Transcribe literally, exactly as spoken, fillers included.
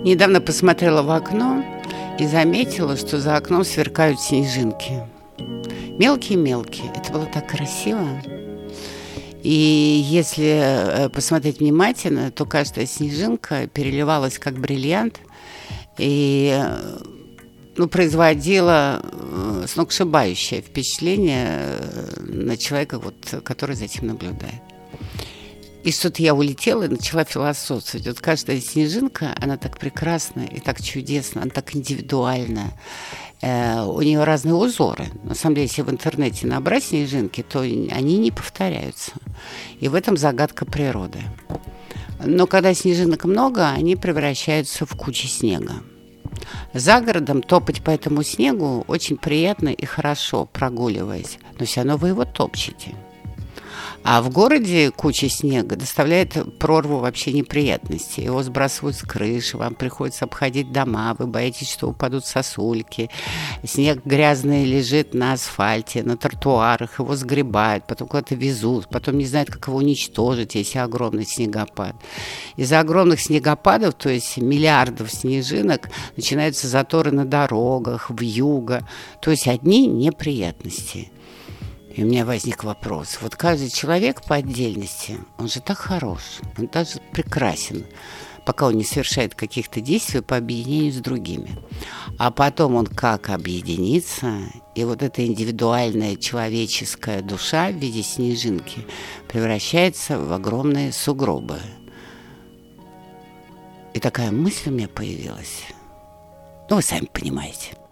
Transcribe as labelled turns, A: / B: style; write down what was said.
A: Недавно посмотрела в окно и заметила, что за окном сверкают снежинки. Мелкие-мелкие. Это было так красиво. И если посмотреть внимательно, то каждая снежинка переливалась как бриллиант и ну, производила сногсшибающее впечатление на человека, вот, который за этим наблюдает. И что-то я улетела и начала философствовать. Вот каждая снежинка, она так прекрасна и так чудесна, она так индивидуальна. Э, у нее разные узоры. На самом деле, если в интернете набрать снежинки, то они не повторяются. И в этом загадка природы. Но когда снежинок много, они превращаются в кучи снега. За городом топать по этому снегу очень приятно и хорошо, прогуливаясь. Но все равно вы его топчете. А в городе куча снега доставляет прорву вообще неприятностей. Его сбрасывают с крыши, вам приходится обходить дома, вы боитесь, что упадут сосульки. Снег грязный лежит на асфальте, на тротуарах, его сгребают, потом куда-то везут, потом не знают, как его уничтожить, если огромный снегопад. Из-за огромных снегопадов, то есть миллиардов снежинок, начинаются заторы на дорогах, вьюга, то есть одни неприятности. И у меня возник вопрос. Вот каждый человек по отдельности, он же так хорош, он даже прекрасен, пока он не совершает каких-то действий по объединению с другими. А потом он как объединится, и вот эта индивидуальная человеческая душа в виде снежинки превращается в огромные сугробы. И такая мысль у меня появилась. Ну, вы сами понимаете.